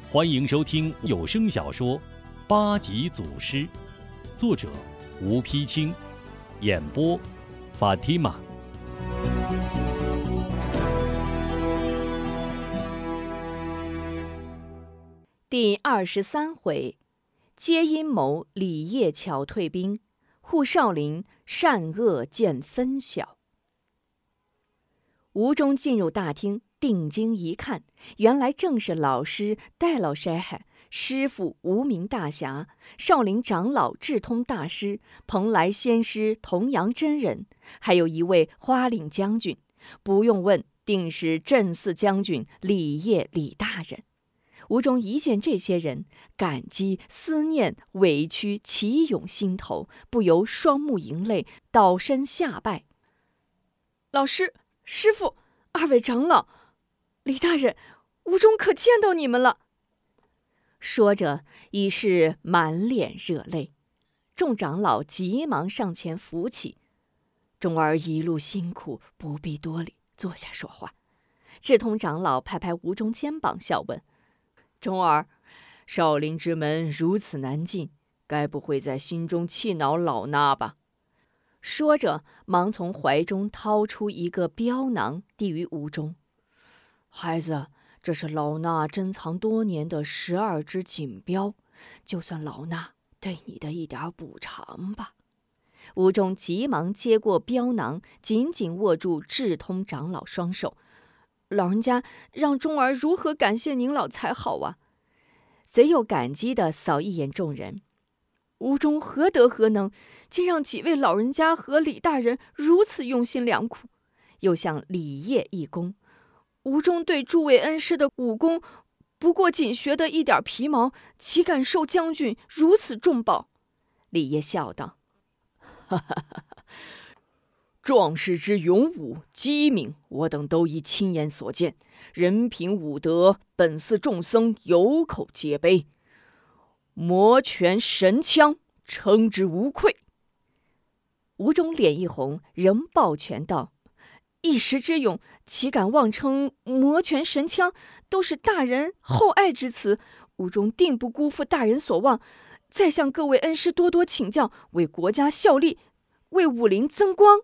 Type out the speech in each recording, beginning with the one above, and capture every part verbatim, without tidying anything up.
欢迎收听有声小说《八级祖师》，作者吴丕清，演播法蒂玛。 第二十三回，皆阴谋李业巧退兵，护少林善恶见分晓。吴中进入大厅，定睛一看，原来正是老师戴老筛海、师父无名大侠、少林长老智通大师、蓬莱仙师童阳真人，还有一位花岭将军，不用问，定是镇寺将军李业李大人。吴中一见这些人，感激、思念、委屈齐涌心头，不由双目盈泪，倒身下拜。 老师、师父、二位长老，李大人，吴中可见到你们了。 说着已是满脸热泪。众长老急忙上前扶起。钟儿一路辛苦，不必多礼，坐下说话。智通长老拍拍吴中肩膀，笑问：钟儿，少林之门如此难进，该不会在心中气恼老衲吧？说着，忙从怀中掏出一个镖囊，递于吴中。孩子，这是老衲珍藏多年的十二支锦镖，就算老衲对你的一点补偿吧。吴中急忙接过镖囊，紧紧握住智通长老双手。老人家让钟儿如何感谢您老才好啊？随又感激地扫一眼众人。 吴中何德何能，竟让几位老人家和李大人如此用心良苦？ 又向李业一躬。 吴中对诸位恩师的武功，不过仅学得一点皮毛，岂敢受将军如此重宝？ 李业笑道：哈哈哈哈，壮士之勇武机敏，我等都已亲眼所见，人品武德，本寺众僧有口皆碑。魔拳神枪，称之无愧。吴中脸一红，仍抱拳道： 一时之勇，岂敢妄称魔拳神枪，都是大人厚爱之词，吴中定不辜负大人所望，再向各位恩师多多请教，为国家效力，为武林增光。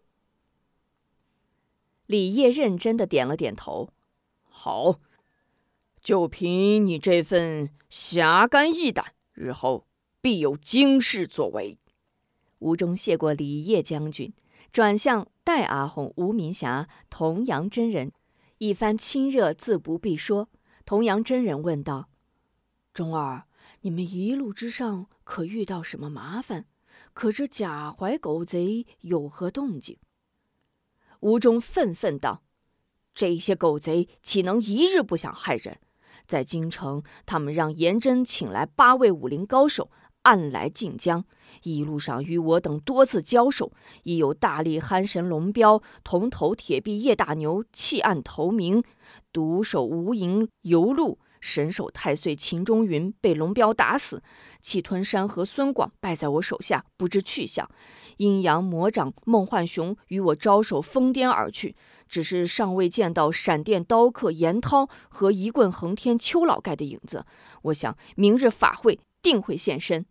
李业认真地点了点头。好，就凭你这份侠肝义胆，日后必有惊世作为。吴中谢过李业将军，转向戴阿訇、无名侠、童阳真人，一番亲热自不必说。童阳真人问道：钟儿，你们一路之上可遇到什么麻烦？可知贾怀狗贼有何动静？吴中愤愤道：这些狗贼岂能一日不想害人？在京城，他们让颜真请来八位武林高手，暗来晋江，一路上与我等多次交手，已有大力憨神龙彪、铜头铁臂叶大牛弃暗投明，独手无影游路神手太岁秦中云被龙彪打死，气吞山河孙广败在我手下，不知去向。阴阳魔掌孟焕雄与我招手疯癫而去，只是尚未见到闪电刀客严涛和一棍横天邱老盖的影子。我想明日法会定会现身。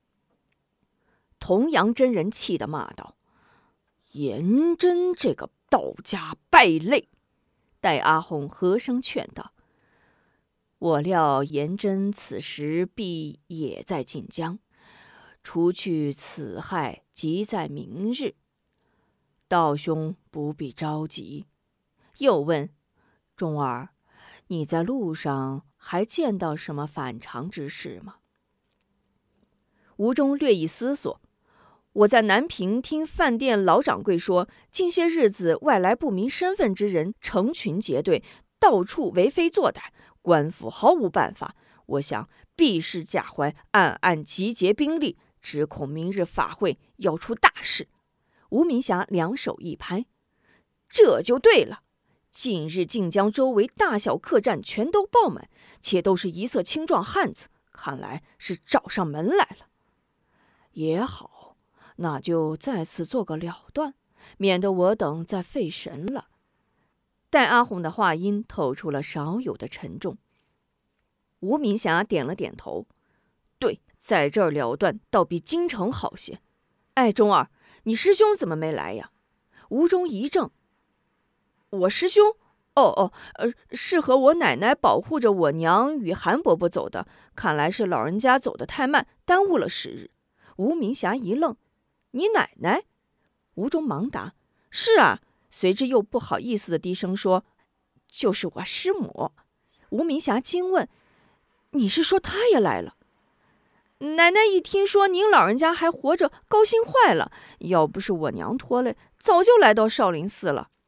童阳真人气得骂道：颜真这个道家败类！戴阿訇和声劝道：我料颜真此时必也在晋江，除去此害，即在明日。道兄不必着急。又问：钟儿，你在路上还见到什么反常之事吗？吴中略一思索：我在南平听饭店老掌柜说，近些日子外来不明身份之人成群结队，到处为非作歹，官府毫无办法。我想必是贾怀暗暗集结兵力，只恐明日法会要出大事。无名侠两手一拍：这就对了，近日晋江周围大小客栈全都爆满，且都是一色青壮汉子，看来是找上门来了。也好，那就在此做个了断，免得我等再费神了。戴阿訇的话音透出了少有的沉重。 吴明霞点了点头，对，在这儿了断倒比京城好些。哎，钟儿，你师兄怎么没来呀？吴中一怔，我师兄？哦哦，呃，是和我奶奶保护着我娘与韩伯伯走的，看来是老人家走得太慢，耽误了时日。吴明霞一愣，你奶奶？吴中忙答，是啊，随之又不好意思的低声说，就是我师母。吴明霞惊问，你是说她也来了？奶奶一听说您老人家还活着，高兴坏了，要不是我娘拖累，早就来到少林寺了。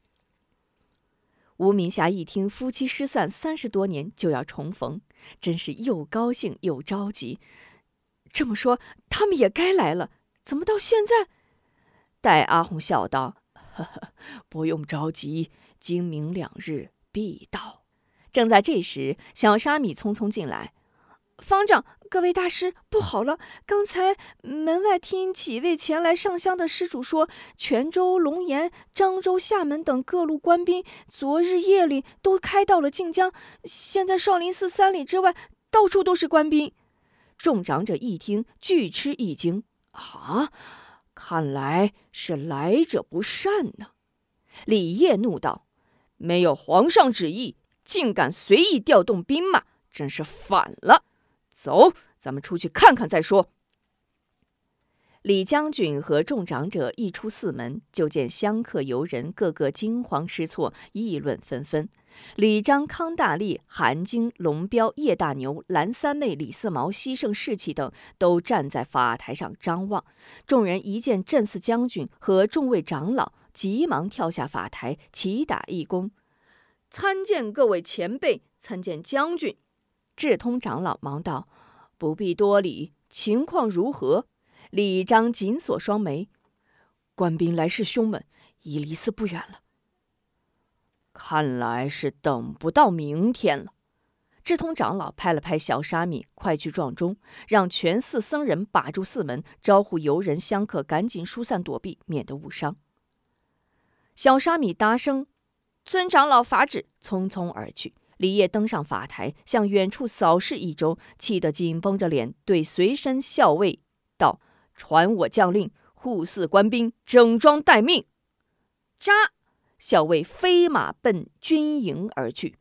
吴明霞一听夫妻失散三十多年就要重逢，真是又高兴又着急。这么说，他们也该来了，怎么到现在？戴阿红笑道，呵呵，不用着急，今明两日必到。正在这时，小沙弥匆匆进来，方丈，各位大师，不好了！刚才门外听几位前来上香的施主说，泉州、龙岩、漳州、厦门等各路官兵昨日夜里都开到了晋江，现在少林寺三里之外到处都是官兵。众长者一听，俱吃一惊，啊，看来是来者不善呢。李业怒道，没有皇上旨意，竟敢随意调动兵马，真是反了。走，咱们出去看看再说。李将军和众长者一出寺门，就见香客游人个个惊慌失措，议论纷纷。李章、康大力、韩晶、龙彪、叶大牛、蓝三妹、李四毛、西胜士气等都站在法台上张望。众人一见镇寺将军和众位长老，急忙跳下法台，齐打一躬，参见各位前辈，参见将军。智通长老忙道，不必多礼，情况如何？李章紧锁双眉，官兵来势凶猛，已离寺不远了。看来是等不到明天了。智通长老拍了拍小沙弥，快去撞钟，让全寺僧人把住寺门，招呼游人香客赶紧疏散躲避，免得误伤。小沙弥答声，尊长老法旨，匆匆而去。李业登上法台，向远处扫视一周，气得紧绷着脸，对随身校尉道，传我将令，护寺官兵整装待命。扎！校尉飞马奔军营而去。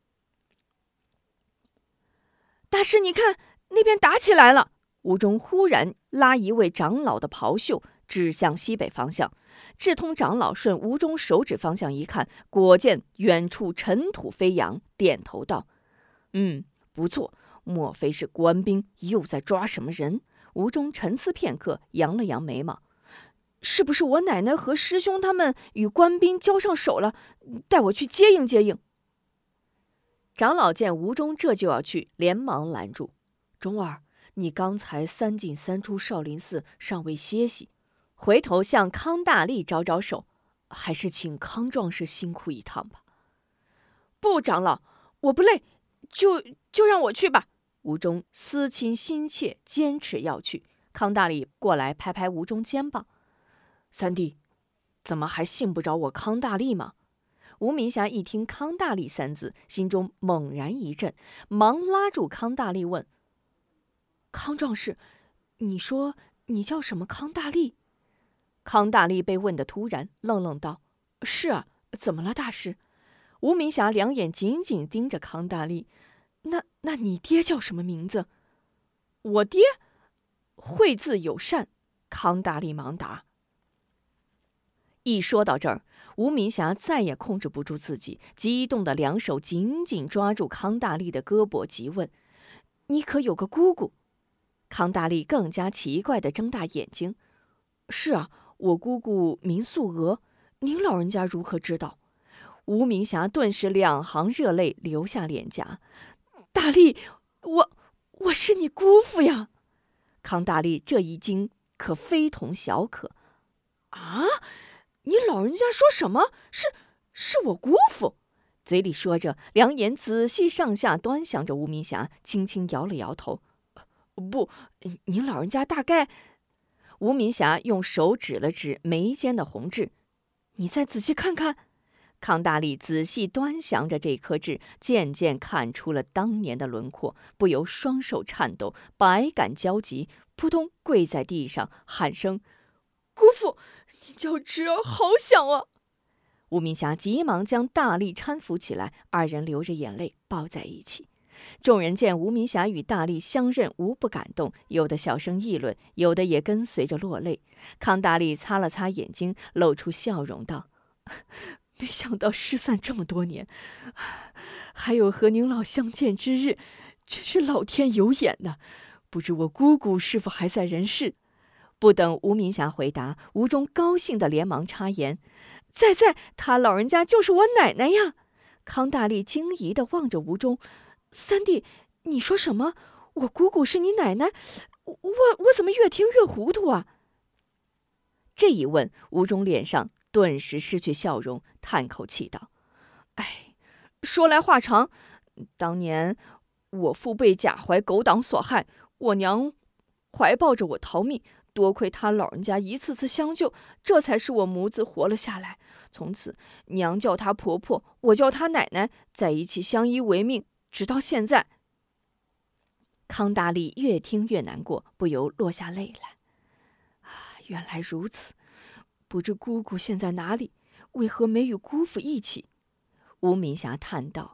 大师，你看，那边打起来了！吴中忽然拉一位长老的袍袖，指向西北方向。智通长老顺吴中手指方向一看，果见远处尘土飞扬，点头道：“嗯，不错，莫非是官兵又在抓什么人？”吴中沉思片刻，扬了扬眉毛：“是不是我奶奶和师兄他们与官兵交上手了？带我去接应接应。”长老见吴中这就要去，连忙拦住：“钟儿，你刚才三进三出少林寺，尚未歇息。”回头向康大力招招手，还是请康壮士辛苦一趟吧。不，长老，我不累，就就让我去吧。吴中思亲心切，坚持要去。康大力过来拍拍吴中肩膀：“三弟，怎么还信不着我康大力吗？”吴明霞一听康大力三字，心中猛然一震，忙拉住康大力问：“康壮士，你说你叫什么康大力？”康大力被问得突然，愣愣道：“是啊，怎么了，大师？”吴明霞两眼紧紧盯着康大力：“那那你爹叫什么名字？”“我爹？惠字友善。”康大力忙答。一说到这儿，吴明霞再也控制不住自己，激动的两手紧紧抓住康大力的胳膊，急问：“你可有个姑姑？”康大力更加奇怪地睁大眼睛：“是啊，我姑姑名素娥，您老人家如何知道？”吴明霞顿时两行热泪流下脸颊：“大力，我我是你姑父呀！”康大力这一惊可非同小可。“啊，你老人家说什么？是是我姑父？”嘴里说着，两眼仔细上下端详着吴明霞，轻轻摇了摇头：“不，您老人家大概……”吴明霞用手指了指眉间的红痣：“你再仔细看看。” 康大力仔细端详着这颗痣，渐渐看出了当年的轮廓，不由双手颤抖，百感交集，扑通跪在地上，喊声：“姑父，你叫侄儿好想啊！”吴明霞急忙将大力搀扶起来，二人流着眼泪抱在一起。众人见吴明霞与大力相认，无不感动，有的小声议论，有的也跟随着落泪。康大力擦了擦眼睛，露出笑容道：“没想到失散这么多年，还有和您老相见之日，真是老天有眼呐！不知我姑姑是否还在人世？”不等吴明霞回答，吴忠高兴地连忙插言：“在在，他老人家就是我奶奶呀！”康大力惊疑地望着吴忠：“三弟，你说什么？我姑姑是你奶奶？我我怎么越听越糊涂啊？”这一问，吴忠脸上顿时失去笑容，叹口气道：“哎，说来话长。当年我父被贾怀狗党所害，我娘怀抱着我逃命，多亏他老人家一次次相救，这才使我母子活了下来。从此，娘叫她婆婆，我叫她奶奶，在一起相依为命，直到现在。”康大力越听越难过，不由落下泪来。啊，原来如此！不知姑姑现在哪里？为何没与姑父一起？吴明霞叹道：“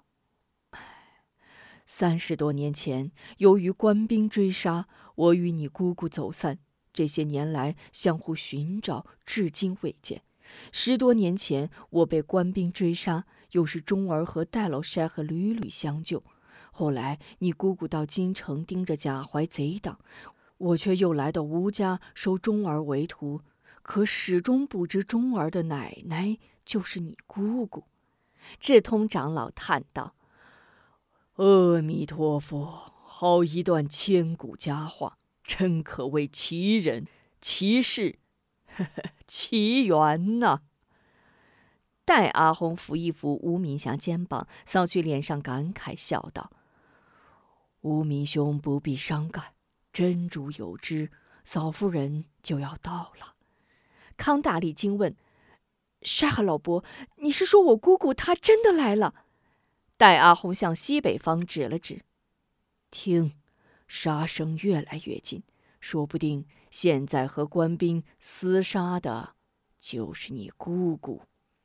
三十多年前，由于官兵追杀，我与你姑姑走散。这些年来相互寻找，至今未见。十多年前，我被官兵追杀，又是钟儿和戴老筛和屡屡相救。后来你姑姑到京城盯着贾怀贼党，我却又来到吴家收钟儿为徒，可始终不知钟儿的奶奶就是你姑姑。”智通长老叹道：“阿弥陀佛，好一段千古佳话，真可谓奇人奇事，呵呵，奇缘呐！”戴阿訇扶一扶吴明霞肩膀，扫去脸上感慨，笑道：“吴明兄不必伤感，真主有知，嫂夫人就要到了。”康大力惊问：“沙和老伯，你是说我姑姑她真的来了？”戴阿訇向西北方指了指：“听，杀声越来越近，说不定现在和官兵厮杀的就是你姑姑。”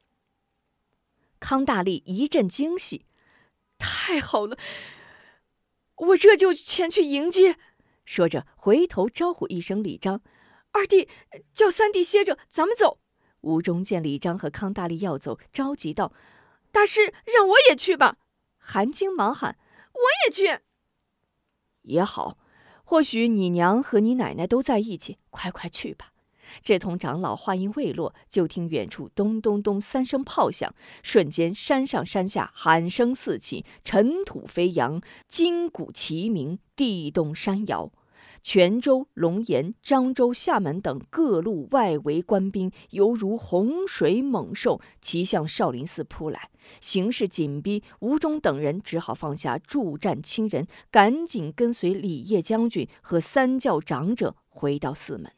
康大力一阵惊喜：“太好了，我这就前去迎接。”说着回头招呼一声李章：“二弟，叫三弟歇着，咱们走。”吴忠见李章和康大力要走，着急道：“大师，让我也去吧！”韩晶忙喊：“我也去！”也好，或许你娘和你奶奶都在一起，快快去吧。智通长老话音未落，就听远处咚咚咚三声炮响，瞬间山上山下喊声四起，尘土飞扬，金鼓齐鸣，地动山摇。泉州、龙岩、漳州、厦门等各路外围官兵犹如洪水猛兽，齐向少林寺扑来，形势紧逼，吴忠等人只好放下助战亲人，赶紧跟随李业将军和三教长者回到寺门。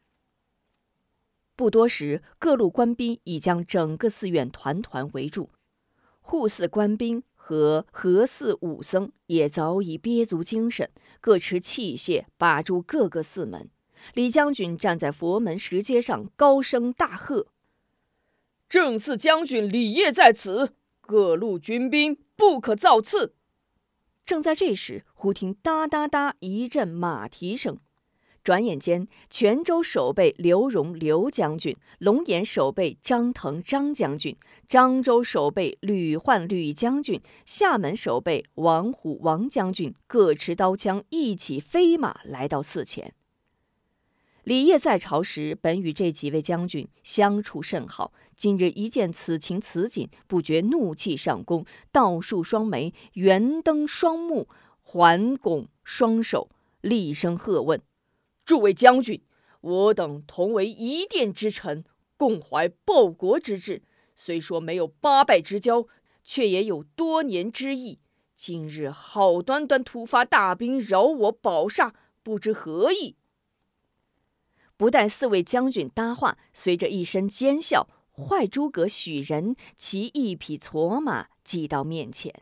不多时，各路官兵已将整个寺院团团围住，护寺官兵和和寺武僧也早已憋足精神，各持器械把住各个寺门。李将军站在佛门石阶上，高声大喝：“正寺将军李业在此，各路军兵不可造次！”正在这时，忽听哒哒哒一阵马蹄声。转眼间，泉州守备刘荣刘将军，龙岩守备张腾张将军，漳州守备吕焕吕将军，厦门守备王虎王将军，各持刀枪，一起飞马来到寺前。李业在朝时，本与这几位将军相处甚好，今日一见此情此景，不觉怒气上攻，倒竖双眉，圆瞪双目，环拱双手，厉声喝问：“诸位将军，我等同为一殿之臣，共怀报国之志，虽说没有八拜之交，却也有多年之义。今日好端端突发大兵扰我保煞，不知何意？”不待四位将军搭话，随着一声尖笑， 坏诸葛许人骑一匹矬马骑到面前。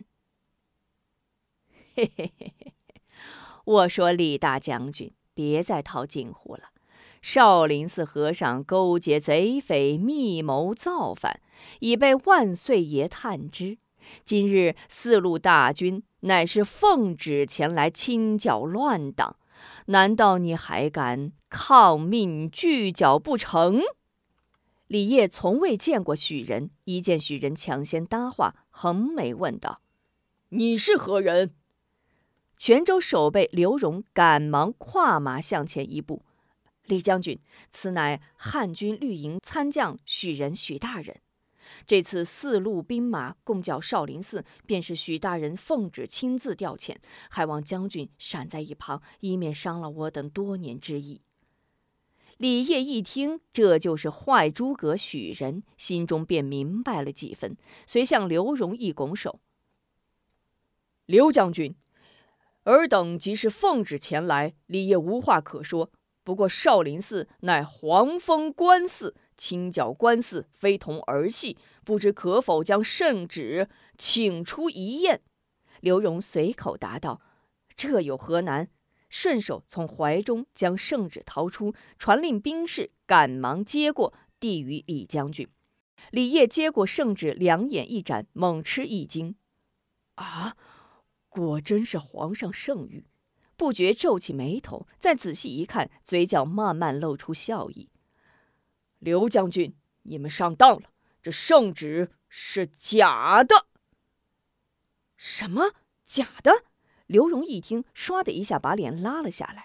嘿嘿嘿嘿，我说李大将军，别再套近乎了。少林寺和尚勾结贼匪，密谋造反，已被万岁爷探知。今日四路大军乃是奉旨前来清剿乱党，难道你还敢抗命拒剿不成？ 李业从未见过许人，一见许人抢先搭话，横眉问道：“ 你是何人？” 泉州守备刘荣赶忙跨马向前一步：“李将军，此乃汉军绿营参将许人许大人。这次四路兵马共剿少林寺，便是许大人奉旨亲自调遣，还望将军闪在一旁，以免伤了我等多年之意。”李业一听这就是坏诸葛许人，心中便明白了几分，遂向刘荣一拱手：“ 刘将军，尔等即是奉旨前来，李业无话可说。不过少林寺乃皇封官寺，清剿官司非同儿戏，不知可否将圣旨请出一验？” 刘荣随口答道：“这有何难？”顺手从怀中将圣旨掏出，传令兵士赶忙接过，递与李将军。李业接过圣旨，两眼一展，猛吃一惊：“ 啊，果真是皇上圣谕！” 不觉皱起眉头，再仔细一看，嘴角慢慢露出笑意：“ 刘将军，你们上当了，这圣旨是假的。”“ 什么？假的？”刘荣一听，唰的一下把脸拉了下来。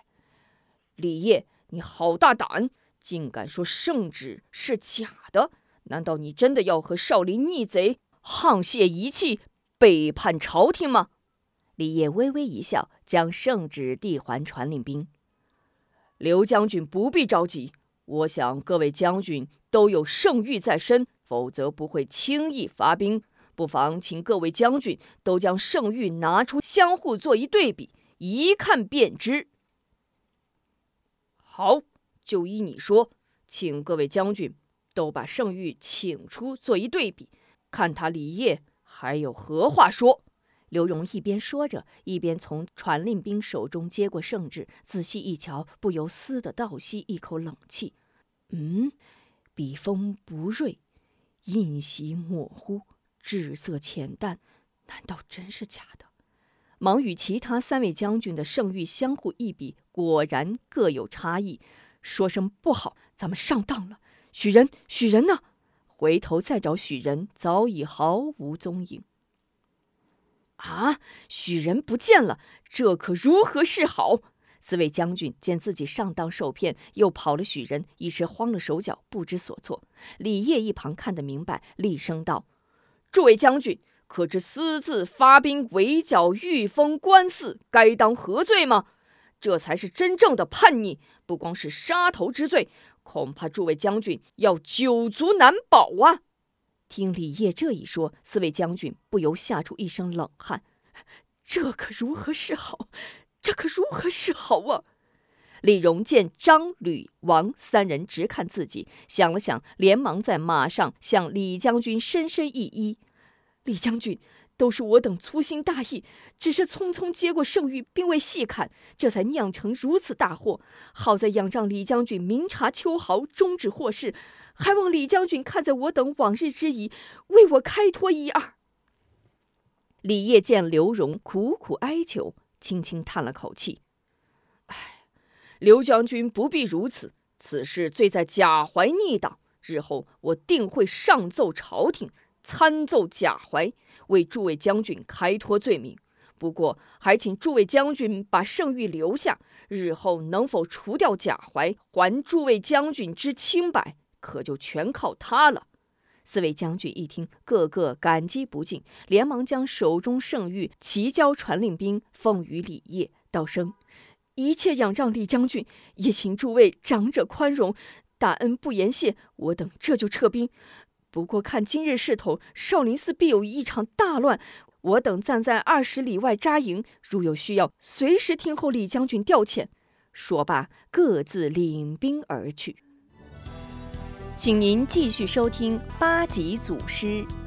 “李业，你好大胆，竟敢说圣旨是假的！难道你真的要和少林逆贼沆瀣一气，背叛朝廷吗？” 李业微微一笑，将圣旨递还传令兵。 “刘将军不必着急，我想各位将军都有圣谕在身，否则不会轻易发兵。不妨请各位将军都将圣谕拿出，相互做一对比，一看便知。”“好，就依你说，请各位将军都把圣谕请出，做一对比，看他李业还有何话说。” 刘荣一边说着，一边从传令兵手中接过圣旨，仔细一瞧，不由嘶地倒吸一口冷气。嗯，笔锋不锐，印玺模糊，纸色浅淡，难道真是假的？忙与其他三位将军的圣谕相互一比，果然各有差异。说声不好，咱们上当了。许人，许人呢？回头再找许人，早已毫无踪影。 啊！许人不见了，这可如何是好？ 四位将军见自己上当受骗，又跑了许人，一时慌了手脚，不知所措。李业一旁看得明白，厉声道：“ 诸位将军，可知私自发兵围剿御封官寺，该当何罪吗？这才是真正的叛逆，不光是杀头之罪，恐怕诸位将军要九族难保啊！” 听李业这一说，四位将军不由吓出一身冷汗。 这可如何是好？这可如何是好啊！ 李荣见张、吕、王三人直看自己，想了想，连忙在马上向李将军深深一揖：“ 李将军，都是我等粗心大意，只是匆匆接过圣谕，并未细看，这才酿成如此大祸。好在仰仗李将军明察秋毫，终止祸事，还望李将军看在我等往日之谊，为我开脱一二。” 李业见刘荣苦苦哀求，轻轻叹了口气：“ 唉，刘将军不必如此，此事罪在贾怀逆党，日后我定会上奏朝廷，参奏贾怀，为诸位将军开脱罪名。不过还请诸位将军把圣谕留下，日后能否除掉贾怀，还诸位将军之清白，可就全靠他了。” 四位将军一听，个个感激不尽，连忙将手中圣谕齐交传令兵，奉与李业，道声：“ 一切仰仗李将军，也请诸位长者宽容，大恩不言谢，我等这就撤兵。不过看今日势头，少林寺必有一场大乱，我等暂在二十里外扎营，如有需要，随时听候李将军调遣。”说罢，各自领兵而去。 请您继续收听八级祖师。